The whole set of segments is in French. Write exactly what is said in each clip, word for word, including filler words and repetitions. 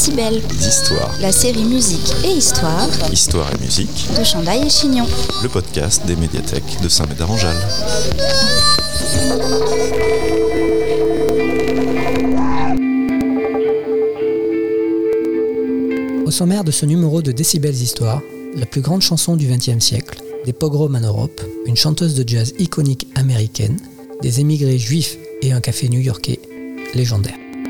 Décibels. D'histoire. La série musique et histoire. Histoire et musique. De Chandaille et Chignon. Le podcast des médiathèques de Saint-Médard-en-Jalles. Au sommaire de ce numéro de Décibels Histoire, la plus grande chanson du vingtième siècle, des pogroms en Europe, une chanteuse de jazz iconique américaine, des émigrés juifs et un café new-yorkais légendaire.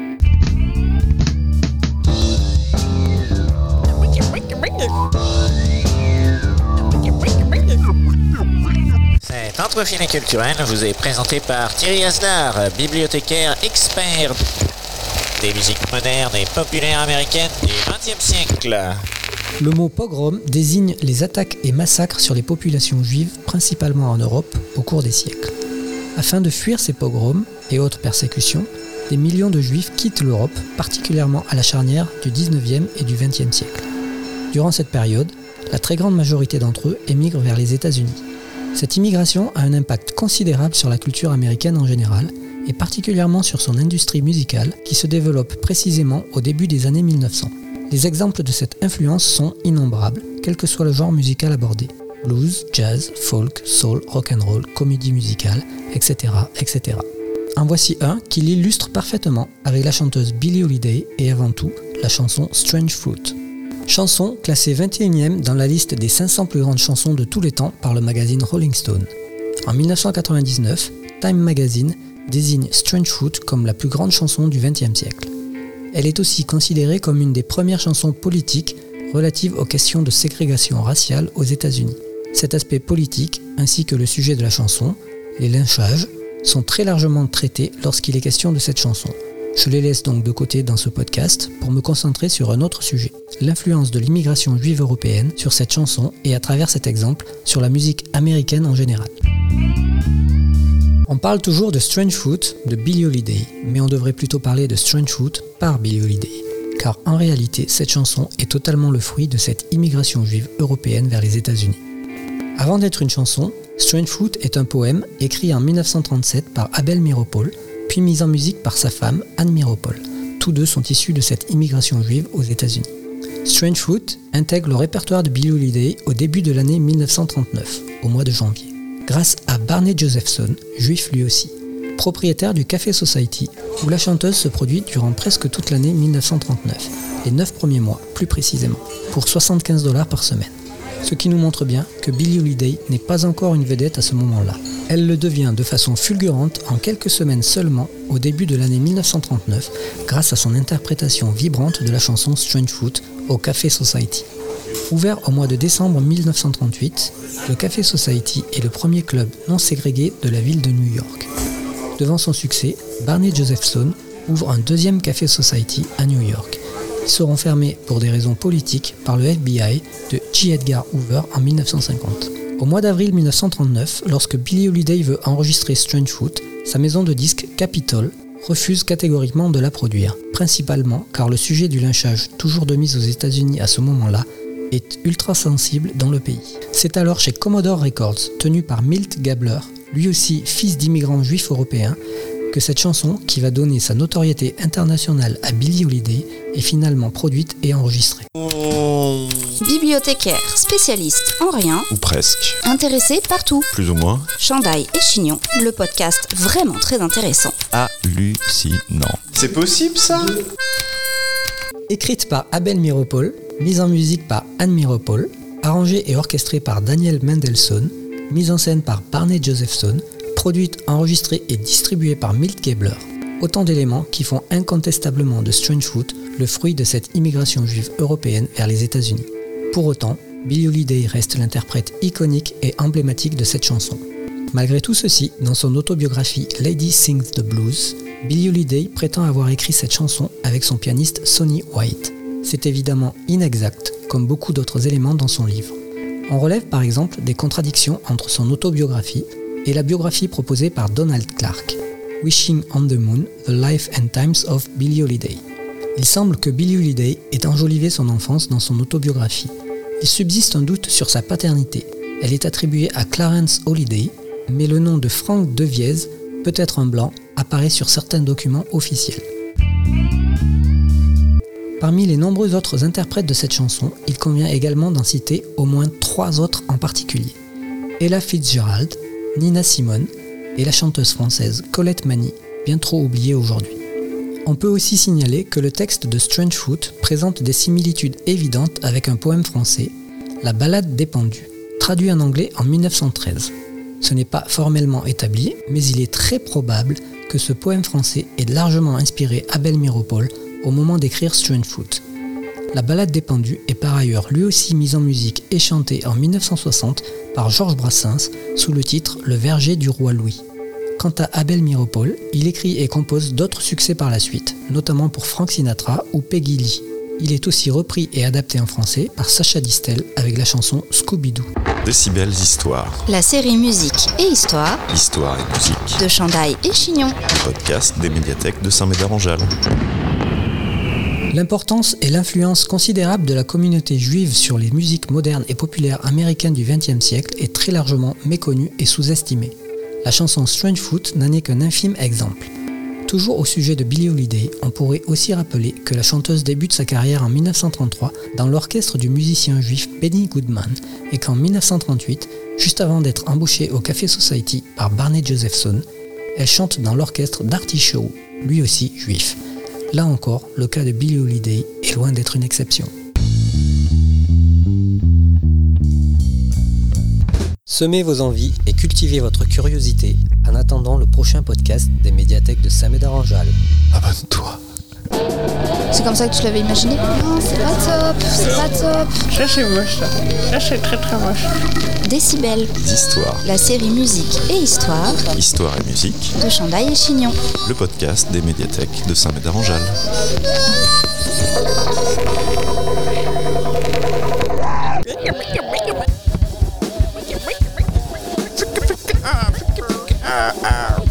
Cet entrefilet culturel vous est présenté par Thierry Asdar, bibliothécaire expert des musiques modernes et populaires américaines du vingtième siècle. Le mot pogrom désigne les attaques et massacres sur les populations juives, principalement en Europe, au cours des siècles. Afin de fuir ces pogroms et autres persécutions, des millions de juifs quittent l'Europe, particulièrement à la charnière du dix-neuvième et du vingtième siècle. Durant cette période, la très grande majorité d'entre eux émigrent vers les États-Unis. Cette immigration a un impact considérable sur la culture américaine en général, et particulièrement sur son industrie musicale qui se développe précisément au début des années mille neuf cents. Les exemples de cette influence sont innombrables, quel que soit le genre musical abordé. Blues, jazz, folk, soul, rock'n'roll, comédie musicale, et cetera, et cetera. En voici un qui l'illustre parfaitement avec la chanteuse Billie Holiday et avant tout la chanson Strange Fruit. Chanson classée vingt et unième dans la liste des cinq cents plus grandes chansons de tous les temps par le magazine Rolling Stone. En dix-neuf cent quatre-vingt-dix-neuf, Time Magazine désigne Strange Fruit comme la plus grande chanson du vingtième siècle. Elle est aussi considérée comme une des premières chansons politiques relatives aux questions de ségrégation raciale aux États-Unis. Cet aspect politique, ainsi que le sujet de la chanson, les lynchages, sont très largement traités lorsqu'il est question de cette chanson. Je les laisse donc de côté dans ce podcast pour me concentrer sur un autre sujet, l'influence de l'immigration juive européenne sur cette chanson et à travers cet exemple, sur la musique américaine en général. On parle toujours de Strange Fruit de Billie Holiday, mais on devrait plutôt parler de Strange Fruit par Billie Holiday, car en réalité, cette chanson est totalement le fruit de cette immigration juive européenne vers les États-Unis. Avant d'être une chanson, Strange Fruit est un poème écrit en dix-neuf cent trente-sept par Abel Meeropol, puis mis en musique par sa femme, Anne Meeropol. Tous deux sont issus de cette immigration juive aux États-Unis. Strange Fruit intègre le répertoire de Billie Holiday au début de l'année dix-neuf cent trente-neuf, au mois de janvier, grâce à Barney Josephson, juif lui aussi, propriétaire du Café Society, où la chanteuse se produit durant presque toute l'année dix-neuf cent trente-neuf, les neuf premiers mois plus précisément, pour soixante-quinze dollars par semaine. Ce qui nous montre bien que Billie Holiday n'est pas encore une vedette à ce moment-là. Elle le devient de façon fulgurante en quelques semaines seulement au début de l'année dix-neuf cent trente-neuf grâce à son interprétation vibrante de la chanson Strange Fruit au Café Society. Ouvert au mois de décembre dix-neuf cent trente-huit, le Café Society est le premier club non ségrégé de la ville de New York. Devant son succès, Barney Josephson ouvre un deuxième Café Society à New York. Ils seront fermés pour des raisons politiques par le F B I de J. Edgar Hoover en dix-neuf cent cinquante. Au mois d'avril dix-neuf cent trente-neuf, lorsque Billie Holiday veut enregistrer Strange Fruit, sa maison de disques Capitol refuse catégoriquement de la produire, principalement car le sujet du lynchage, toujours de mise aux États-Unis à ce moment-là, est ultra sensible dans le pays. C'est alors chez Commodore Records, tenu par Milt Gabler, lui aussi fils d'immigrants juifs européens, que cette chanson, qui va donner sa notoriété internationale à Billie Holiday, est finalement produite et enregistrée. Bibliothécaire, spécialiste en rien, Ou presque. intéressé partout. Plus ou moins. Chandaille et Chignon, le podcast vraiment très intéressant. Hallucinant. C'est possible ça ? Écrite par Abel Meeropol, mise en musique par Anne Meeropol, arrangée et orchestrée par Daniel Mendelssohn, mise en scène par Barney Josephson, produite, enregistrée et distribuée par Milt Gabler. Autant d'éléments qui font incontestablement de Strange Fruit le fruit de cette immigration juive européenne vers les États-Unis. Pour autant, Billie Holiday reste l'interprète iconique et emblématique de cette chanson. Malgré tout ceci, dans son autobiographie Lady Sings the Blues, Billie Holiday prétend avoir écrit cette chanson avec son pianiste Sonny White. C'est évidemment inexact, comme beaucoup d'autres éléments dans son livre. On relève par exemple des contradictions entre son autobiographie et la biographie proposée par Donald Clark, Wishing on the Moon, The Life and Times of Billie Holiday. Il semble que Billie Holiday ait enjolivé son enfance dans son autobiographie. Il subsiste un doute sur sa paternité. Elle est attribuée à Clarence Holiday, mais le nom de Frank Deviez, peut-être un blanc, apparaît sur certains documents officiels. Parmi les nombreux autres interprètes de cette chanson, il convient également d'en citer au moins trois autres en particulier. Ella Fitzgerald, Nina Simone et la chanteuse française Colette Mani, bien trop oubliée aujourd'hui. On peut aussi signaler que le texte de Strange Fruit présente des similitudes évidentes avec un poème français, La Ballade des pendus, traduit en anglais en mille neuf cent treize. Ce n'est pas formellement établi, mais il est très probable que ce poème français ait largement inspiré Abel Meeropol au moment d'écrire Strange Fruit. La Ballade des pendus est par ailleurs lui aussi mise en musique et chantée en mille neuf cent soixante par Georges Brassens sous le titre Le Verger du roi Louis. Quant à Abel Meeropol, il écrit et compose d'autres succès par la suite, notamment pour Frank Sinatra ou Peggy Lee. Il est aussi repris et adapté en français par Sacha Distel avec la chanson Scooby-Doo. Décibels Histoire. La série musique et histoire Histoire et musique. de Chandaille et Chignon. Le podcast des médiathèques de Saint-Médard-en-Jalles. L'importance et l'influence considérable de la communauté juive sur les musiques modernes et populaires américaines du vingtième siècle est très largement méconnue et sous-estimée. La chanson Strange Fruit n'en est qu'un infime exemple. Toujours au sujet de Billie Holiday, on pourrait aussi rappeler que la chanteuse débute sa carrière en mille neuf cent trente-trois dans l'orchestre du musicien juif Benny Goodman et qu'en mille neuf cent trente-huit, juste avant d'être embauchée au Café Society par Barney Josephson, elle chante dans l'orchestre d'Artie Shaw, lui aussi juif. Là encore, le cas de Billie Holiday est loin d'être une exception. Semez vos envies et cultivez votre curiosité en attendant le prochain podcast des médiathèques de Saint-Médard-en-Jalles. Abonne-toi. C'est comme ça que tu l'avais imaginé? Non, c'est pas top, c'est pas top. Ça c'est moche ça. Ça c'est très très moche. Décibels, D'histoire. la série musique et histoire Histoire et musique. de Chandaille et Chignon. Le podcast des médiathèques de Saint-Médard-en-Jalles. Ah, ah.